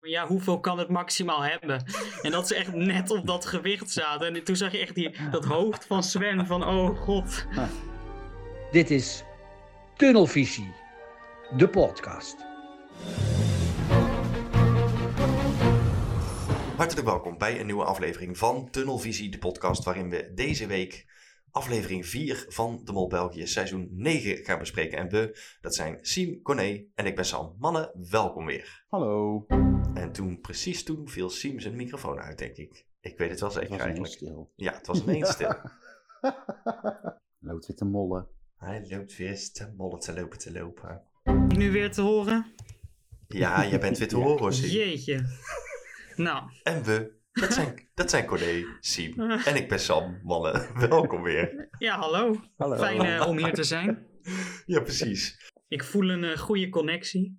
ja, hoeveel kan het maximaal hebben? En dat ze echt net op dat gewicht zaten. En toen zag je echt dat hoofd van Sven van, oh god. Dit is Tunnelvisie, de podcast. Hartelijk welkom bij een nieuwe aflevering van Tunnelvisie, de podcast waarin we deze week aflevering 4 van De Mol België seizoen 9 gaan bespreken. En we, dat zijn Siem, Corné en ik ben Sam. Mannen, welkom weer. Hallo. En precies toen viel Siem zijn microfoon uit, denk ik. Ik weet het wel zeker eigenlijk. Stil. Ja, het was ineens stil. Loopt weer te mollen. Hij loopt weer eens te mollen te lopen. Ik nu weer te horen? Ja, je bent weer te horen, Siem. Jeetje. Nou. En we, dat zijn Corné, Siem en ik ben Sam. Mannen, welkom weer. Ja, hallo. Hallo. Fijn om hier te zijn. Ja, precies. Ik voel een goede connectie.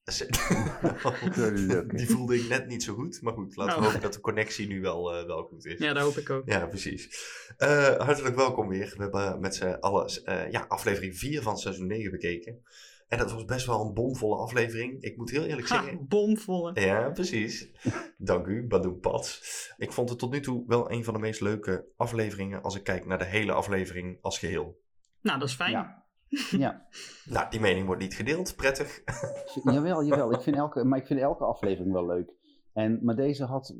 Die voelde ik net niet zo goed. Maar goed, laten we hopen dat de connectie nu wel goed is. Ja, dat hoop ik ook. Ja, precies. Hartelijk welkom weer. We hebben met z'n allen aflevering 4 van seizoen 9 bekeken. En dat was best wel een bomvolle aflevering. Ik moet heel eerlijk zeggen... Bomvolle. Ja, precies. Dank u, Badoen Pats. Ik vond het tot nu toe wel een van de meest leuke afleveringen... als ik kijk naar de hele aflevering als geheel. Nou, dat is fijn. Ja. Nou, die mening wordt niet gedeeld. Prettig. Jawel. Ik vind elke aflevering wel leuk. Maar deze had,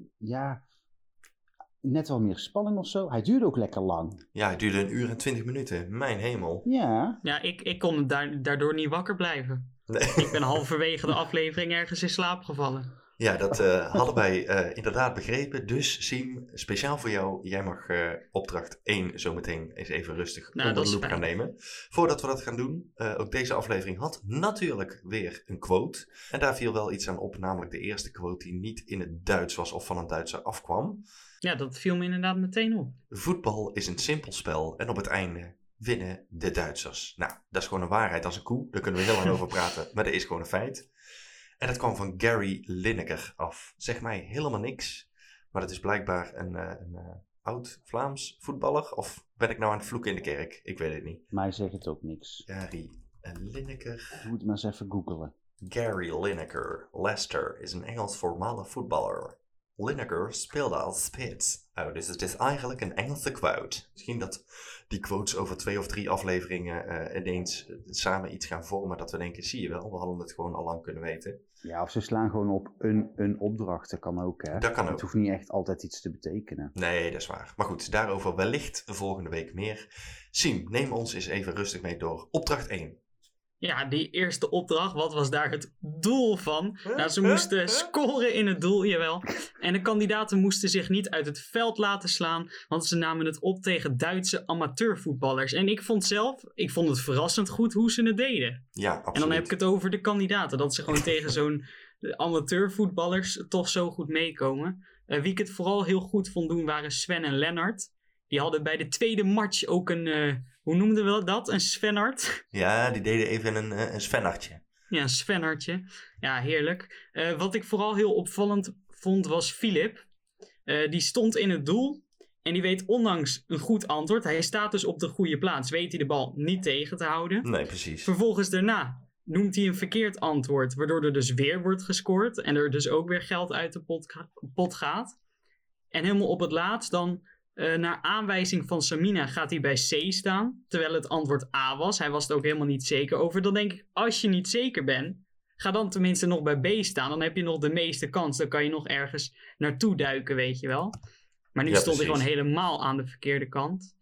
net wel meer spanning of zo. Hij duurde ook lekker lang. Ja, het duurde 1 uur en 20 minuten. Mijn hemel. Ja. Ja, ik kon daardoor niet wakker blijven. Nee. Ik ben halverwege de aflevering ergens in slaap gevallen. Ja, dat hadden wij inderdaad begrepen. Dus Siem, speciaal voor jou, jij mag opdracht 1 zometeen eens even rustig onder de loep gaan nemen. Voordat we dat gaan doen, ook deze aflevering had natuurlijk weer een quote. En daar viel wel iets aan op, namelijk de eerste quote die niet in het Duits was of van een Duitser afkwam. Ja, dat viel me inderdaad meteen op. Voetbal is een simpel spel en op het einde winnen de Duitsers. Nou, dat is gewoon een waarheid als een koe, daar kunnen we heel lang over praten, maar dat is gewoon een feit. En dat kwam van Gary Lineker af. Zeg mij helemaal niks. Maar dat is blijkbaar een oud-Vlaams voetballer. Of ben ik nou aan het vloeken in de kerk? Ik weet het niet. Mij zegt het ook niks. Gary Lineker. Je moet maar eens even googlen. Gary Lineker. Leicester is een Engels voormalig voetballer. Lineker speelde als spits. Oh, dus het is eigenlijk een Engelse quote. Misschien dat die quotes over 2 of 3 afleveringen ineens samen iets gaan vormen. Dat we denken, zie je wel, we hadden het gewoon al lang kunnen weten. Ja, of ze slaan gewoon op een opdracht. Dat kan ook, hè? Dat kan ook. Het hoeft niet echt altijd iets te betekenen. Nee, dat is waar. Maar goed, daarover wellicht volgende week meer. Siem, neem ons eens even rustig mee door. Opdracht 1. Ja, die eerste opdracht, wat was daar het doel van? Nou, ze moesten scoren in het doel, jawel. En de kandidaten moesten zich niet uit het veld laten slaan, want ze namen het op tegen Duitse amateurvoetballers. En ik vond het verrassend goed hoe ze het deden. Ja, absoluut. En dan heb ik het over de kandidaten, dat ze gewoon tegen zo'n amateurvoetballers toch zo goed meekomen. Wie ik het vooral heel goed vond doen waren Sven en Lennart. Die hadden bij de tweede match ook een... hoe noemden we dat? Een Svenhart? Ja, die deden even een Svenhartje. Ja, een Svenhartje. Ja, heerlijk. Wat ik vooral heel opvallend vond was Filip. Die stond in het doel. En die weet ondanks een goed antwoord. Hij staat dus op de goede plaats. Weet hij de bal niet tegen te houden. Nee, precies. Vervolgens daarna noemt hij een verkeerd antwoord. Waardoor er dus weer wordt gescoord. En er dus ook weer geld uit de pot gaat. En helemaal op het laatst dan... naar aanwijzing van Samina gaat hij bij C staan, terwijl het antwoord A was. Hij was het ook helemaal niet zeker over. Dan denk ik, als je niet zeker bent, ga dan tenminste nog bij B staan. Dan heb je nog de meeste kans. Dan kan je nog ergens naartoe duiken, weet je wel. Maar nu stond hij gewoon helemaal aan de verkeerde kant.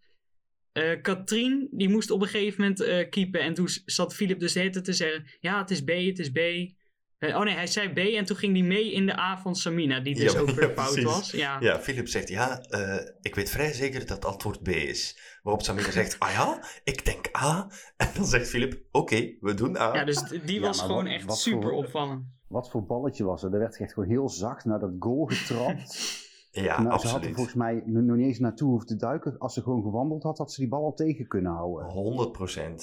Katrien, die moest op een gegeven moment keepen. En toen zat Filip dus de hele tijd te zeggen, ja, het is B. Hij zei B en toen ging hij mee in de A van Samina, die dus ook weer fout was. Ja, Filip zegt, ik weet vrij zeker dat het antwoord B is. Waarop Samina zegt, ik denk A. En dan zegt Filip, oké, we doen A. Ja, dus die was gewoon echt super opvallend. Wat voor balletje was er? Er werd echt gewoon heel zacht naar dat goal getrapt. Ja, absoluut. absoluut. Ze hadden volgens mij nog niet eens naartoe hoeven te duiken. Als ze gewoon gewandeld had ze die bal al tegen kunnen houden.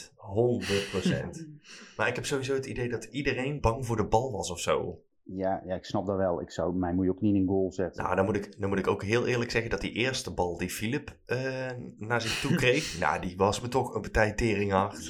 100%. Maar ik heb sowieso het idee dat iedereen bang voor de bal was of zo. Ja, ik snap dat wel. Mij moet je ook niet in goal zetten. Nou, dan moet ik ook heel eerlijk zeggen dat die eerste bal die Filip naar zich toe kreeg, nou, die was me toch een partij teringhard.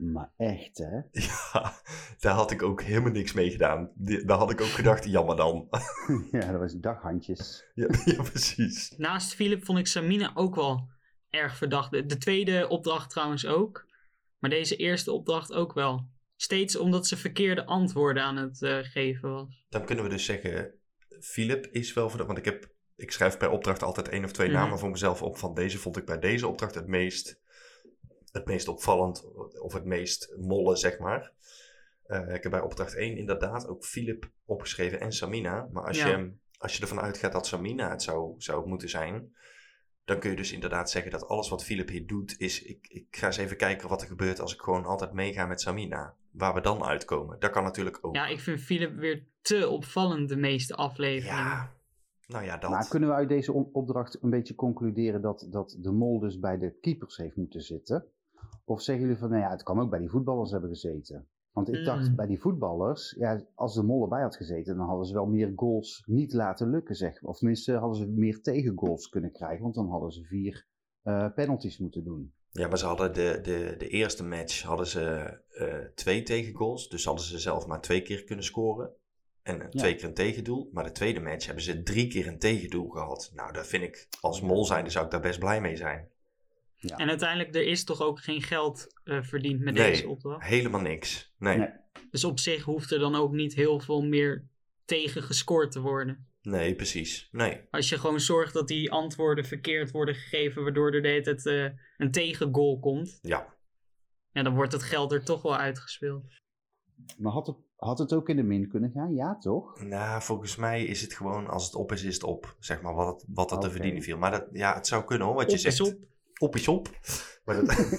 Maar echt, hè? Ja, daar had ik ook helemaal niks mee gedaan. Daar had ik ook gedacht, jammer dan. Ja, dat was daghandjes. Ja, precies. Naast Philip vond ik Samina ook wel erg verdacht. De tweede opdracht trouwens ook. Maar deze eerste opdracht ook wel. Steeds omdat ze verkeerde antwoorden aan het geven was. Dan kunnen we dus zeggen, Philip is wel verdacht. Want ik schrijf per opdracht altijd 1 of 2 namen voor mezelf op. Van deze vond ik bij deze opdracht het meest opvallend. Of het meest molle, zeg maar. Ik heb bij opdracht 1 inderdaad ook Philip opgeschreven en Samina. Maar als je ervan uitgaat dat Samina het zou moeten zijn, dan kun je dus inderdaad zeggen dat alles wat Philip hier doet is, ik ga eens even kijken wat er gebeurt als ik gewoon altijd meega met Samina. Waar we dan uitkomen. Dat kan natuurlijk ook. Ja, ik vind Philip weer te opvallend de meeste afleveringen. Ja, nou ja, dat. Maar kunnen we uit deze opdracht een beetje concluderen dat de mol dus bij de keepers heeft moeten zitten? Of zeggen jullie van, nou ja, het kan ook bij die voetballers hebben gezeten? Want ik dacht, bij die voetballers, ja, als de mol erbij had gezeten, dan hadden ze wel meer goals niet laten lukken, zeg maar. Of tenminste, hadden ze meer tegengoals kunnen krijgen, want dan hadden ze 4 penalties moeten doen. Ja, maar ze hadden de eerste match hadden ze 2 tegengoals. Dus hadden ze zelf maar 2 keer kunnen scoren. En 2 keer een tegendoel. Maar de tweede match hebben ze 3 keer een tegendoel gehad. Nou, dat vind ik als mol zijnde zou ik daar best blij mee zijn. Ja. En uiteindelijk, er is toch ook geen geld verdiend met deze opdracht? Helemaal niks. Nee. Dus op zich hoeft er dan ook niet heel veel meer tegen gescoord te worden. Nee, precies. Nee. Als je gewoon zorgt dat die antwoorden verkeerd worden gegeven, waardoor er de hele tijd een tegengoal komt. Ja. Ja, dan wordt het geld er toch wel uitgespeeld. Maar had het ook in de min kunnen gaan? Ja, toch? Nou, volgens mij is het gewoon, als het op is het op. Zeg maar, wat er te verdienen viel. Maar het zou kunnen hoor, wat je zegt. Op is op. Maar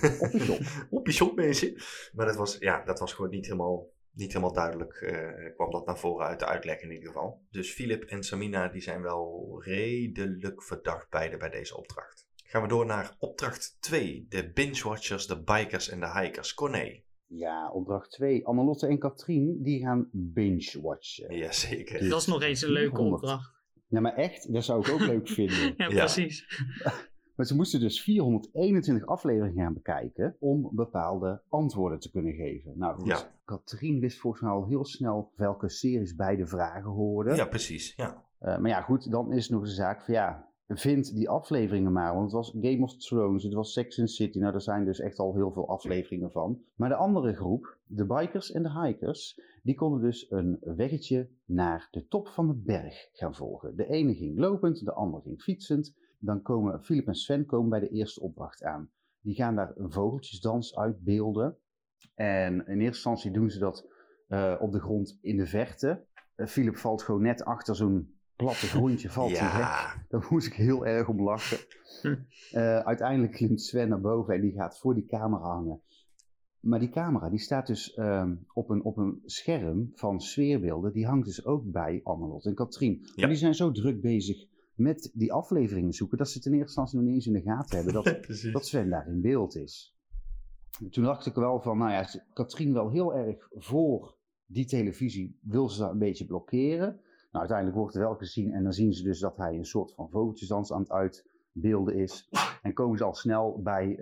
op is op, mensen. Maar dat was gewoon niet helemaal duidelijk. Kwam dat naar voren uit de uitleg in ieder geval. Dus Philip en Samina die zijn wel redelijk verdacht beide bij deze opdracht. Gaan we door naar opdracht 2. De binge-watchers, de bikers en de hikers. Corné. Ja, opdracht 2. Annelotte en Katrien, die gaan binge-watchen. Jazeker. Dus dat is nog eens een leuke opdracht. Ja, maar echt, dat zou ik ook leuk vinden. Ja, precies. Maar ze moesten dus 421 afleveringen gaan bekijken om bepaalde antwoorden te kunnen geven. Nou goed, Katrien wist volgens mij al heel snel welke series beide vragen hoorden. Ja, precies. Ja. Maar ja, goed, dan is nog de zaak van vind die afleveringen maar. Want het was Game of Thrones, het was Sex and the City. Nou, daar zijn dus echt al heel veel afleveringen van. Maar de andere groep, de bikers en de hikers, die konden dus een weggetje naar de top van de berg gaan volgen. De ene ging lopend, de ander ging fietsend. Dan komen Philip en Sven bij de eerste opdracht aan. Die gaan daar een vogeltjesdans uitbeelden. En in eerste instantie doen ze dat op de grond in de verte. Philip valt gewoon net achter zo'n platte grondje, valt hij weg. Daar moest ik heel erg om lachen. Uiteindelijk klimt Sven naar boven en die gaat voor die camera hangen. Maar die camera die staat dus op een scherm van sfeerbeelden. Die hangt dus ook bij Annelotte en Katrien. Ja. Maar die zijn zo druk bezig met die afleveringen zoeken, dat ze het in eerste instantie nog niet eens in de gaten hebben dat Sven daar in beeld is. Toen dacht ik wel van, Katrien wel heel erg voor die televisie, wil ze dat een beetje blokkeren. Nou, uiteindelijk wordt er wel gezien en dan zien ze dus dat hij een soort van vogeltjesdans aan het uitbeelden is. En komen ze al snel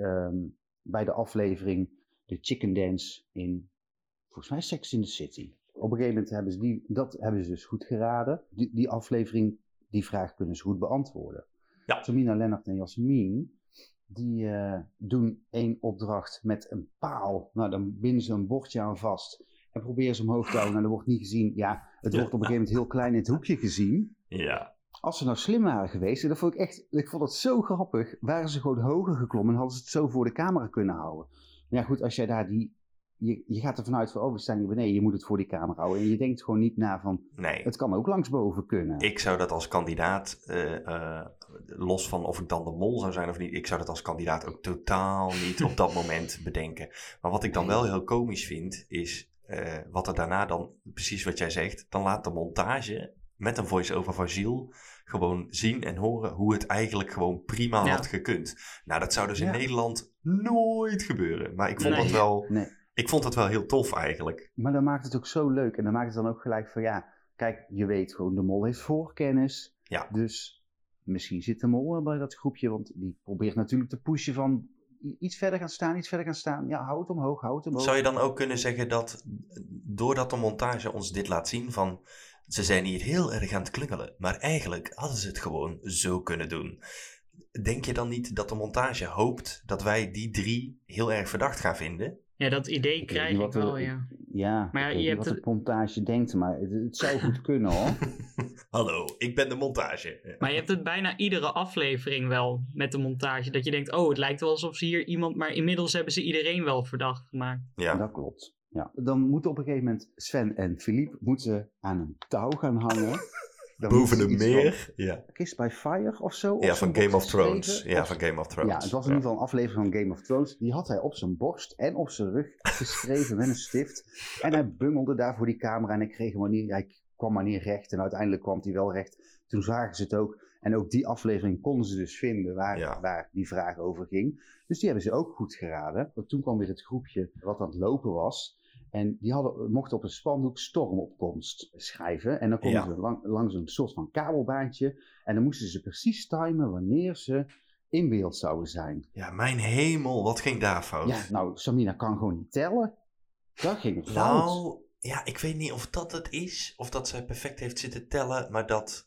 bij de aflevering de Chicken Dance in, volgens mij Sex in the City. Op een gegeven moment hebben ze dus goed geraden. Die aflevering, die vraag kunnen ze goed beantwoorden. Ja. Samina, Lennart en Jasmin, die doen 1 opdracht met een paal. Nou, dan binden ze een bordje aan vast en proberen ze omhoog te houden. En dat wordt niet gezien. Ja, het wordt op een gegeven moment heel klein in het hoekje gezien. Ja. Als ze nou slim waren geweest, dat vond ik vond het zo grappig, waren ze gewoon hoger geklommen en hadden ze het zo voor de camera kunnen houden. Maar ja, goed, als jij daar je gaat er vanuit van, we staan hier beneden, je moet het voor die camera houden. En je denkt gewoon niet na van, het kan ook langsboven kunnen. Ik zou dat als kandidaat, los van of ik dan de mol zou zijn of niet, ik zou dat als kandidaat ook totaal niet op dat moment bedenken. Maar wat ik dan wel heel komisch vind, is wat er daarna dan, precies wat jij zegt, dan laat de montage met een voice-over van Gilles gewoon zien en horen hoe het eigenlijk gewoon prima had gekund. Nou, dat zou dus in Nederland nooit gebeuren. Maar ik vond het wel... Nee. Ik vond het wel heel tof eigenlijk. Maar dan maakt het ook zo leuk. En dan maakt het dan ook gelijk van kijk, je weet gewoon, de mol heeft voorkennis. Ja. Dus misschien zit de mol bij dat groepje. Want die probeert natuurlijk te pushen van, iets verder gaan staan. Ja, hou het omhoog. Zou je dan ook kunnen zeggen dat, doordat de montage ons dit laat zien van, ze zijn hier heel erg aan het klungelen, maar eigenlijk hadden ze het gewoon zo kunnen doen. Denk je dan niet dat de montage hoopt dat wij die 3 heel erg verdacht gaan vinden? Ja, dat idee krijg ik wel, ja. Ja, Maar ja, ik weet je niet hebt wat de montage denkt, maar het zou goed kunnen hoor. Hallo, ik ben de montage. Maar je hebt het bijna iedere aflevering wel met de montage. Dat je denkt, het lijkt wel alsof ze hier iemand... Maar inmiddels hebben ze iedereen wel verdacht gemaakt. Ja. Dat klopt. Ja. Dan moeten op een gegeven moment Sven en Philippe moeten aan een touw gaan hangen. Dan Boven moeten een ze iets meer. Ja, van Kiss by Fire of zo. ja op van zijn Game of borst Thrones. geschreven. Ja, Of- van Game of Thrones. Ja, het was in ieder geval een aflevering van Game of Thrones. Die had hij op zijn borst en op zijn rug geschreven met een stift. En hij bungelde daar voor die camera en hij kwam maar niet recht. En uiteindelijk kwam hij wel recht. Toen zagen ze het ook. En ook die aflevering konden ze dus vinden waar die vraag over ging. Dus die hebben ze ook goed geraden. Want toen kwam weer het groepje wat aan het lopen was. En die mochten op een spandoek stormopkomst schrijven. En dan konden ze langs een soort van kabelbaantje. En dan moesten ze precies timen wanneer ze in beeld zouden zijn. Ja, mijn hemel, wat ging daar fout? Ja, nou, Samina kan gewoon niet tellen. Dat ging fout. Nou, ja, ik weet niet of dat het is, of dat zij perfect heeft zitten tellen, maar dat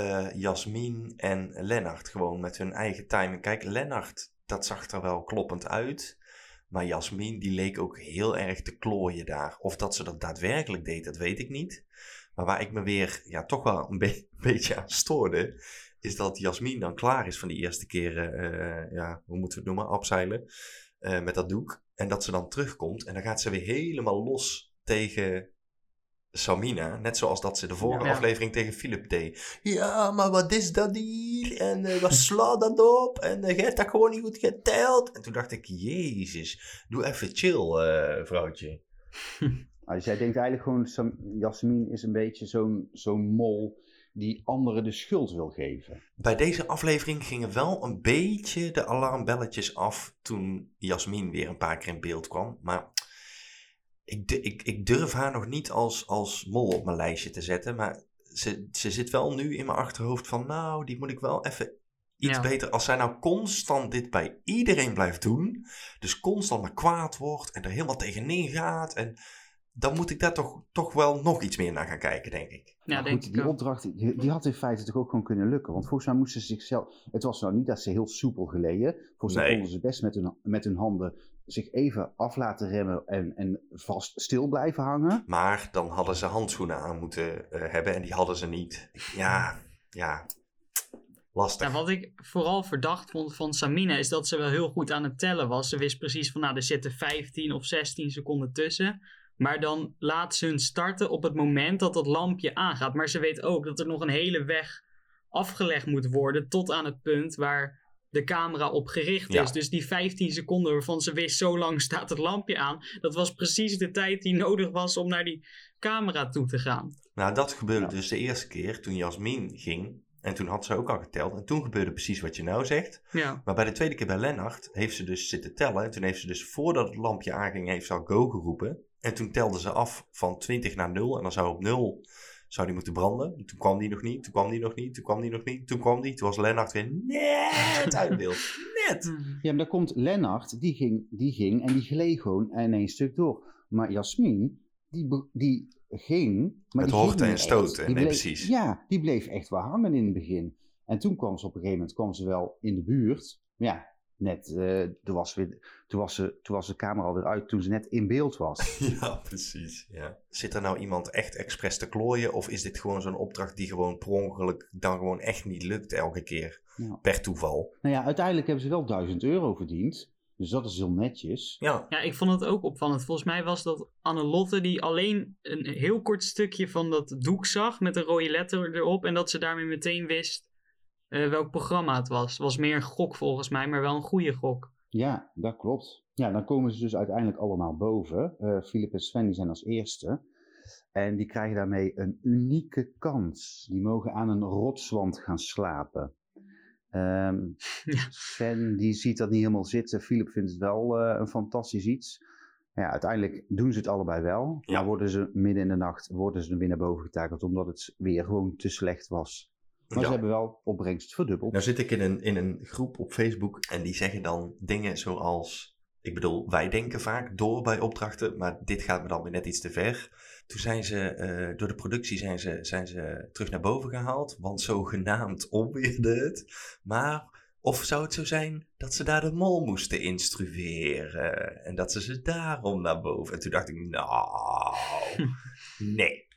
Jasmin en Lennart gewoon met hun eigen timing... Kijk, Lennart, dat zag er wel kloppend uit, maar Jasmin, die leek ook heel erg te klooien daar. Of dat ze dat daadwerkelijk deed, dat weet ik niet. Maar waar ik me weer toch wel een beetje aan stoorde, is dat Jasmin dan klaar is van die eerste keren, hoe moeten we het noemen, abseilen, met dat doek. En dat ze dan terugkomt en dan gaat ze weer helemaal los tegen Samina. Net zoals dat ze de vorige aflevering tegen Philip deed. Ja, maar wat is dat hier? En wat slaat dat op? En je hebt dat gewoon niet goed geteld. En toen dacht ik, jezus, doe even chill, vrouwtje. Dus jij denkt eigenlijk gewoon, Jasmin is een beetje zo'n mol die anderen de schuld wil geven. Bij deze aflevering gingen wel een beetje de alarmbelletjes af toen Jasmin weer een paar keer in beeld kwam. Maar ik durf haar nog niet als mol op mijn lijstje te zetten. Maar ze zit wel nu in mijn achterhoofd van, nou, die moet ik wel even iets beter. Als zij nou constant dit bij iedereen blijft doen, dus constant maar kwaad wordt en er helemaal tegenin gaat, en dan moet ik daar toch wel nog iets meer naar gaan kijken, denk ik. Ja, denk ik. Die opdracht die had in feite toch ook gewoon kunnen lukken. Want volgens mij moesten ze zichzelf... Het was nou niet dat ze heel soepel geleden. Volgens mij konden ze best met hun handen zich even af laten remmen en vast stil blijven hangen. Maar dan hadden ze handschoenen aan moeten hebben en die hadden ze niet. Ja, lastig. Ja, wat ik vooral verdacht vond van Samina is dat ze wel heel goed aan het tellen was. Ze wist precies van, er zitten 15 of 16 seconden tussen. Maar dan laat ze hun starten op het moment dat dat lampje aangaat. Maar ze weet ook dat er nog een hele weg afgelegd moet worden tot aan het punt waar de camera op gericht is. Dus die 15 seconden waarvan ze wist, zo lang staat het lampje aan. Dat was precies de tijd die nodig was om naar die camera toe te gaan. Nou, dat gebeurde dus de eerste keer toen Jasmin ging. En toen had ze ook al geteld. En toen gebeurde precies wat je nou zegt. Ja. Maar bij de tweede keer bij Lennart heeft ze dus zitten tellen. En toen heeft ze dus voordat het lampje aanging, heeft ze al go geroepen. En toen telde ze af van 20 naar 0. En dan zou op 0 die moeten branden. Toen kwam die nog niet. Toen kwam die nog niet. Toen kwam die nog niet. Toen kwam die. Toen was Lennart weer net uit beeld. Net. Ja, maar dan komt Lennart. Die ging en die gleed gewoon in één stuk door. Maar Jasmin, die ging... Maar met horten en stoten. Nee, precies. Ja, die bleef echt wel hangen in het begin. En toen kwam ze op een gegeven moment wel in de buurt. Ja, net, toen was de camera alweer uit toen ze net in beeld was. Ja, precies. Ja. Zit er nou iemand echt expres te klooien? Of is dit gewoon zo'n opdracht die gewoon per ongeluk dan gewoon echt niet lukt elke keer? Ja. Per toeval. Nou ja, uiteindelijk hebben ze wel €1000 verdiend. Dus dat is heel netjes. Ja, ik vond het ook opvallend. Volgens mij was dat Annelotte die alleen een heel kort stukje van dat doek zag met een rode letter erop. En dat ze daarmee meteen wist welk programma het was. Het was meer een gok volgens mij, maar wel een goede gok. Ja, dat klopt. Ja, dan komen ze dus uiteindelijk allemaal boven. Philip en Sven die zijn als eerste. En die krijgen daarmee een unieke kans. Die mogen aan een rotswand gaan slapen. Sven die ziet dat niet helemaal zitten. Philip vindt het wel een fantastisch iets. Ja, uiteindelijk doen ze het allebei wel. Ja. Maar worden ze midden in de nacht er weer naar boven getakeld omdat het weer gewoon te slecht was. Maar ze hebben wel opbrengst verdubbeld. Nou zit ik in een groep op Facebook en die zeggen dan dingen zoals... Ik bedoel, wij denken vaak door bij opdrachten, maar dit gaat me dan weer net iets te ver. Toen zijn ze, door de productie zijn ze terug naar boven gehaald, want zogenaamd onweerde het. Maar of zou het zo zijn dat ze daar de mol moesten instrueren en dat ze daarom naar boven... En toen dacht ik, nee.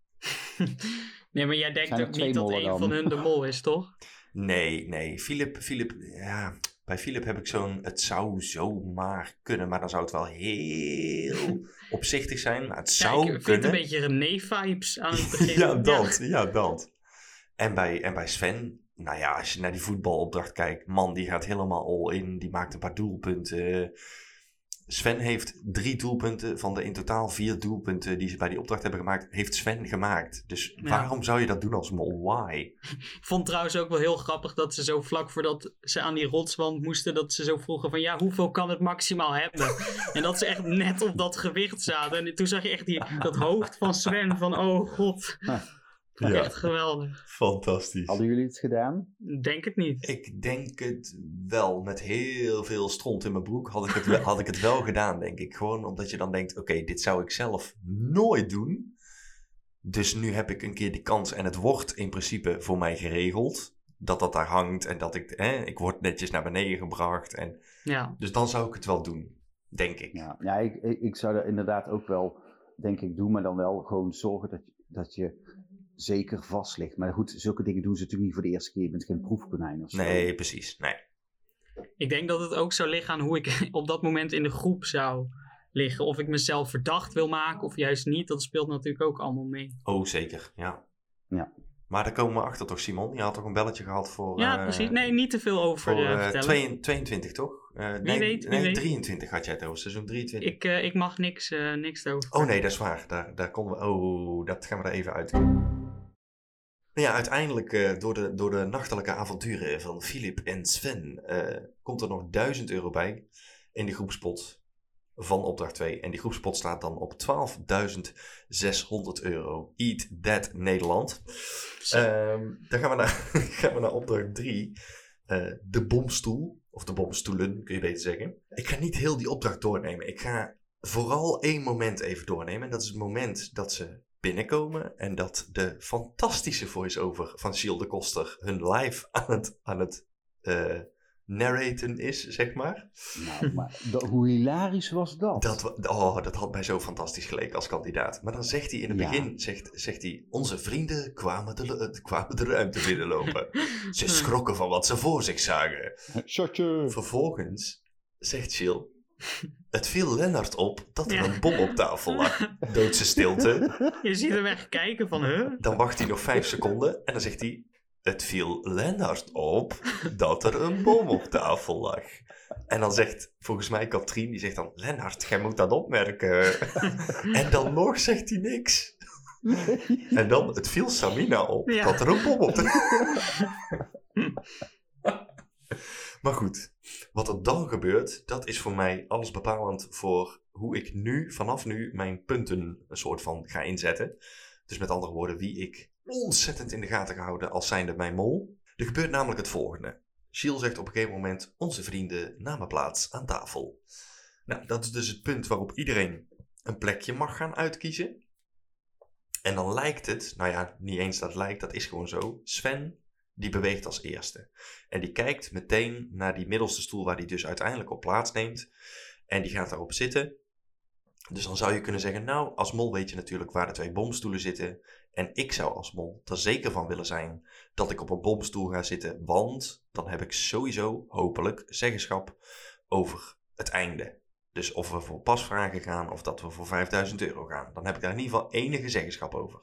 Nee, maar jij denkt Zijn er ook twee niet dat mollen een dan? van hun de mol is, toch? Nee. Philip, ja, bij Philip heb ik het zou zomaar kunnen, maar dan zou het wel heel opzichtig zijn. Maar het zou Ik vind kunnen. een beetje René-vibes aan het begin. Ja, dat. En bij Sven, nou ja, als je naar die voetbalopdracht kijkt, man, die gaat helemaal all in. Die maakt een paar doelpunten. Sven heeft 3 doelpunten van de in totaal 4 doelpunten die ze bij die opdracht hebben gemaakt, heeft Sven gemaakt. Dus waarom zou je dat doen als mol? Why? Ik vond trouwens ook wel heel grappig dat ze zo vlak voordat ze aan die rotswand moesten, dat ze zo vroegen van hoeveel kan het maximaal hebben? En dat ze echt net op dat gewicht zaten. En toen zag je echt dat hoofd van Sven van oh god. Ja. Echt geweldig. Fantastisch. Hadden jullie het gedaan? Denk het niet. Ik denk het wel. Met heel veel stront in mijn broek had ik het wel gedaan, denk ik. Gewoon omdat je dan denkt, oké, dit zou ik zelf nooit doen. Dus nu heb ik een keer die kans en het wordt in principe voor mij geregeld. Dat daar hangt en dat ik word netjes naar beneden gebracht. En, dus dan zou ik het wel doen, denk ik. Ja, ik zou dat inderdaad ook wel, denk ik, doen. Maar dan wel gewoon zorgen dat je zeker vast ligt. Maar goed, zulke dingen doen ze natuurlijk niet voor de eerste keer. Je bent geen proefkonijn of zo. Nee, precies. Nee. Ik denk dat het ook zou liggen aan hoe ik op dat moment in de groep zou liggen. Of ik mezelf verdacht wil maken of juist niet. Dat speelt natuurlijk ook allemaal mee. Oh, zeker. Ja. Maar daar komen we achter toch, Simon? Je had toch een belletje gehad voor... Ja, precies. Nee, niet te veel over vertellen. 22, toch? Wie weet. 23 had jij het over. Seizoen 23. Ik mag niks over. Oh nee, dat is waar. Daar konden we... Oh, dat gaan we er even uit. Ja, uiteindelijk door de nachtelijke avonturen van Philip en Sven komt er nog €1000 bij in de groepspot van opdracht 2. En die groepspot staat dan op €12.600. Eat that Nederland. Dan gaan we naar opdracht 3. De bomstoel, of de bomstoelen kun je beter zeggen. Ik ga niet heel die opdracht doornemen. Ik ga vooral 1 moment even doornemen. En dat is het moment dat ze binnenkomen en dat de fantastische voice-over van Giel de Koster hun live aan het narraten is, zeg maar. Nou, maar hoe hilarisch was dat? Dat had mij zo fantastisch geleken als kandidaat. Maar dan zegt hij in het begin, zegt hij, onze vrienden kwamen de ruimte binnenlopen. Ze schrokken van wat ze voor zich zagen. Shotje. Vervolgens zegt Giel, het viel Lennart op dat er een bom op tafel lag. Doodse stilte. Je ziet hem echt kijken van, Dan wacht hij nog 5 seconden en dan zegt hij, het viel Lennart op dat er een bom op tafel lag. En dan zegt, volgens mij Katrien, die zegt dan, Lennart, jij moet dat opmerken. En dan nog zegt hij niks. En dan, het viel Samina op dat er een bom op Maar goed, wat er dan gebeurt, dat is voor mij alles bepalend voor hoe ik vanaf nu, mijn punten een soort van ga inzetten. Dus met andere woorden, wie ik ontzettend in de gaten ga houden als zijnde mijn mol. Er gebeurt namelijk het volgende. Giel zegt op een gegeven moment, onze vrienden namen plaats aan tafel. Nou, dat is dus het punt waarop iedereen een plekje mag gaan uitkiezen. En dan lijkt het, nou ja, niet eens dat lijkt, dat is gewoon zo. Sven, die beweegt als eerste. En die kijkt meteen naar die middelste stoel waar hij dus uiteindelijk op plaatsneemt. En die gaat daarop zitten. Dus dan zou je kunnen zeggen, nou, als mol weet je natuurlijk waar de 2 bomstoelen zitten. En ik zou als mol er zeker van willen zijn dat ik op een bomstoel ga zitten. Want dan heb ik sowieso, hopelijk, zeggenschap over het einde. Dus of we voor pasvragen gaan of dat we voor €5000 gaan. Dan heb ik daar in ieder geval enige zeggenschap over.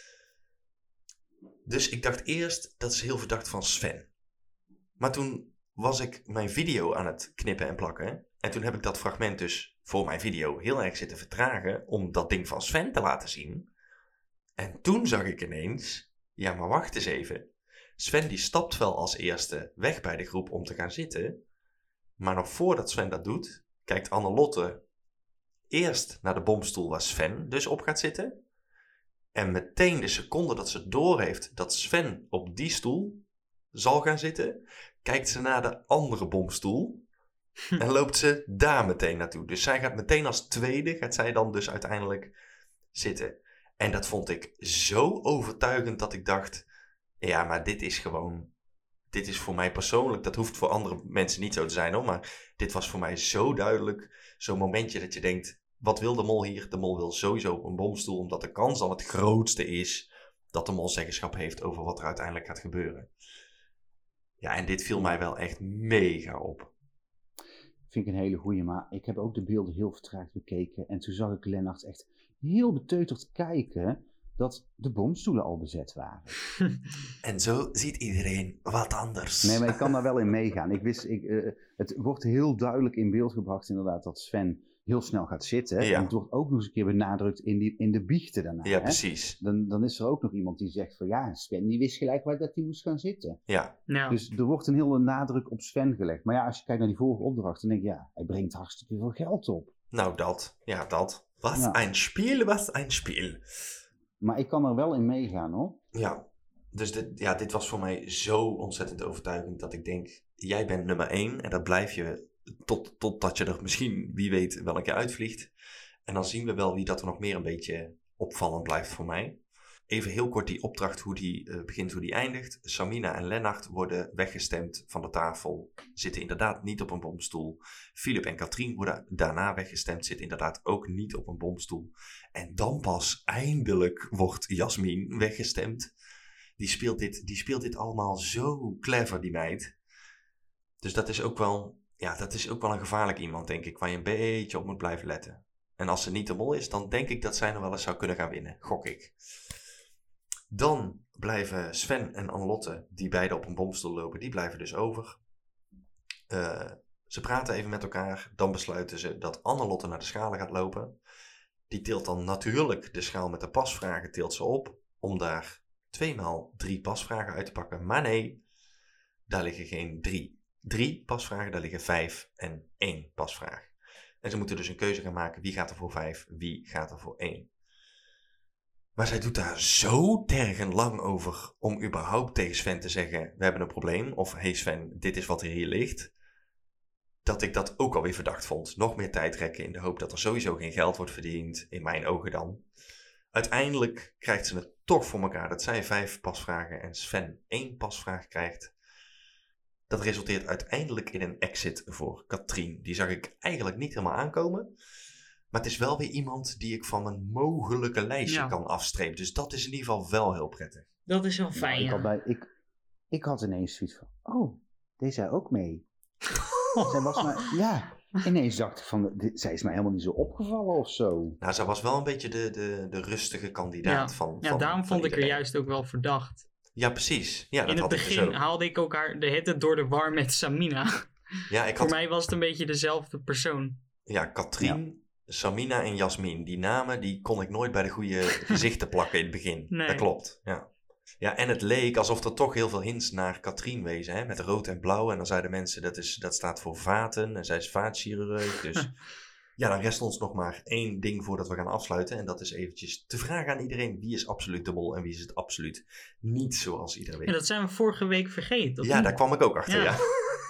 Dus ik dacht eerst, dat is heel verdacht van Sven. Maar toen was ik mijn video aan het knippen en plakken. En toen heb ik dat fragment dus voor mijn video heel erg zitten vertragen om dat ding van Sven te laten zien. En toen zag ik ineens, ja maar wacht eens even. Sven die stapt wel als eerste weg bij de groep om te gaan zitten. Maar nog voordat Sven dat doet, kijkt Annelotte eerst naar de bomstoel waar Sven dus op gaat zitten. En meteen de seconde dat ze doorheeft dat Sven op die stoel zal gaan zitten, kijkt ze naar de andere bomstoel en loopt ze daar meteen naartoe. Dus zij gaat meteen als tweede, gaat zij dan dus uiteindelijk zitten. En dat vond ik zo overtuigend dat ik dacht, ja, maar dit is voor mij persoonlijk, dat hoeft voor andere mensen niet zo te zijn hoor, maar dit was voor mij zo duidelijk, zo'n momentje dat je denkt, wat wil de mol hier? De mol wil sowieso op een bomstoel, omdat de kans dan het grootste is dat de mol zeggenschap heeft over wat er uiteindelijk gaat gebeuren. Ja, en dit viel mij wel echt mega op. Vind ik een hele goeie, maar ik heb ook de beelden heel vertraagd bekeken. En toen zag ik Lennart echt heel beteuterd kijken dat de bomstoelen al bezet waren. En zo ziet iedereen wat anders. Nee, maar ik kan daar wel in meegaan. Het wordt heel duidelijk in beeld gebracht inderdaad dat Sven heel snel gaat zitten. Ja. En het wordt ook nog eens een keer benadrukt in de biechten daarna. Ja, hè? precies. Dan is er ook nog iemand die zegt van ja, Sven die wist gelijk waar dat hij moest gaan zitten. Ja, Ja. Dus er wordt een hele nadruk op Sven gelegd. Maar ja, als je kijkt naar die vorige opdracht, dan denk je ja, hij brengt hartstikke veel geld op. nou dat. Ja, dat. Was Ja. een Spiel, was een Spiel. Maar ik kan er wel in meegaan hoor. Ja, dus dit was voor mij zo ontzettend overtuigend dat ik denk, jij bent nummer 1 en dat blijf je totdat je er misschien, wie weet, wel een keer uitvliegt. En dan zien we wel wie dat er nog meer een beetje opvallend blijft voor mij. Even heel kort die opdracht, hoe die begint, hoe die eindigt. Samina en Lennart worden weggestemd van de tafel. Zitten inderdaad niet op een bomstoel. Philip en Katrien worden daarna weggestemd. Zitten inderdaad ook niet op een bomstoel. En dan pas eindelijk wordt Jasmin weggestemd. Die speelt dit allemaal zo clever, die meid. Dus dat is ook wel een gevaarlijk iemand, denk ik. Waar je een beetje op moet blijven letten. En als ze niet de mol is, dan denk ik dat zij nog wel eens zou kunnen gaan winnen. Gok ik. Dan blijven Sven en Annelotte, die beide op een bomstoel lopen, die blijven dus over. Ze praten even met elkaar. Dan besluiten ze dat Annelotte naar de schalen gaat lopen. Die tilt dan natuurlijk de schaal met de pasvragen tilt ze op. Om daar 2x3 pasvragen uit te pakken. Maar nee, daar liggen geen 3 pasvragen. Daar liggen 5 en 1 pasvraag. En ze moeten dus een keuze gaan maken. Wie gaat er voor 5? Wie gaat er voor 1? Maar zij doet daar zo tergend lang over om überhaupt tegen Sven te zeggen, we hebben een probleem. Of, hey Sven, dit is wat er hier ligt. Dat ik dat ook alweer verdacht vond. Nog meer tijd rekken in de hoop dat er sowieso geen geld wordt verdiend. In mijn ogen dan. Uiteindelijk krijgt ze het toch voor elkaar dat zij 5 pasvragen en Sven 1 pasvraag krijgt. Dat resulteert uiteindelijk in een exit voor Katrien. Die zag ik eigenlijk niet helemaal aankomen. Maar het is wel weer iemand die ik van mijn mogelijke lijstje kan afstrepen. Dus dat is in ieder geval wel heel prettig. Dat is wel fijn, ja. Ik had ineens zoiets van, oh, deed zij ook mee? Zij was maar, ja, ineens dacht ik van, zij is mij helemaal niet zo opgevallen of zo. Nou, zij was wel een beetje de rustige kandidaat van daarom vond ik iedereen. er juist ook wel verdacht. Ja, precies. Ja, dat in het had ik begin dus ook. haalde ik ook haar de hitte door de war met Samina. Ja, Voor mij was het een beetje dezelfde persoon. Ja, Katrien, Samina en Jasmin. Die namen die kon ik nooit bij de goede gezichten plakken in het begin. Nee. Dat klopt, ja. Ja, en het leek alsof er toch heel veel hints naar Katrien wezen, hè? Met rood en blauw. En dan zeiden mensen, dat staat voor vaten. En zij is vaatchirurg. Dus ja, dan rest ons nog maar 1 ding voordat we gaan afsluiten. En dat is eventjes te vragen aan iedereen, wie is absoluut de mol en wie is het absoluut niet, zoals iedereen weet. En dat zijn we vorige week vergeten. Ja, daar kwam ik ook achter, ja. Ja.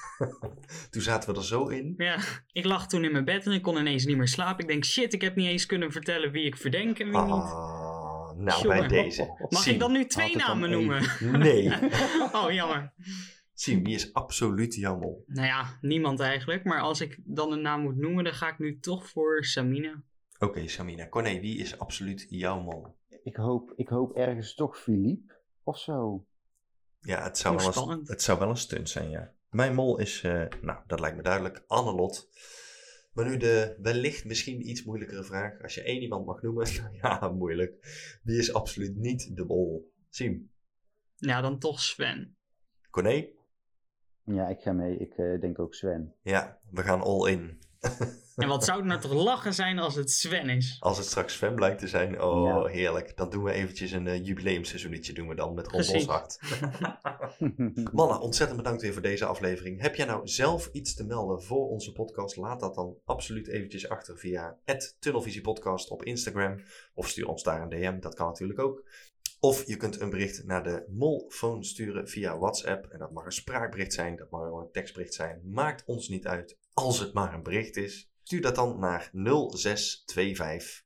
Toen zaten we er zo in. Ja, ik lag toen in mijn bed en ik kon ineens niet meer slapen. Ik denk, shit, ik heb niet eens kunnen vertellen wie ik verdenk en wie niet. Nou, Jongen. bij deze. Mag Siem. ik dan nu Had 2 het dan namen even. noemen? Nee. Oh, jammer. Siem, wie is absoluut jouw mol? Nou ja, niemand eigenlijk. Maar als ik dan een naam moet noemen, dan ga ik nu toch voor Samina. Oké, Samina. Corné, wie is absoluut jouw mol? Ik hoop ergens toch Philippe of zo. Ja, het zou wel een stunt zijn, ja. Mijn mol is, nou, dat lijkt me duidelijk, Annelot. Maar nu de wellicht misschien iets moeilijkere vraag. Als je 1 iemand mag noemen, ja, moeilijk. Wie is absoluut niet de mol? Siem. Ja, dan toch Sven. Corné? Ja, ik ga mee. Ik denk ook Sven. Ja, we gaan all in. En wat zou het nou toch lachen zijn als het Sven is? Als het straks Sven blijkt te zijn, oh Ja. heerlijk. Dan doen we eventjes een jubileumseizoenetje doen we dan met Ron Precies. Boshart. Mannen, ontzettend bedankt weer voor deze aflevering. Heb jij nou zelf iets te melden voor onze podcast? Laat dat dan absoluut eventjes achter via @tunnelvisiepodcast op Instagram. Of stuur ons daar een DM, dat kan natuurlijk ook. Of je kunt een bericht naar de Molphone sturen via WhatsApp. En dat mag een spraakbericht zijn, dat mag ook een tekstbericht zijn. Maakt ons niet uit, als het maar een bericht is. Stuur dat dan naar 0625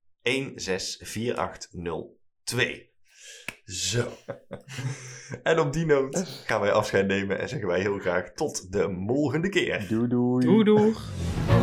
164802. Zo. En op die noot gaan wij afscheid nemen en zeggen wij heel graag tot de volgende keer. Doei doei. Doei doeg.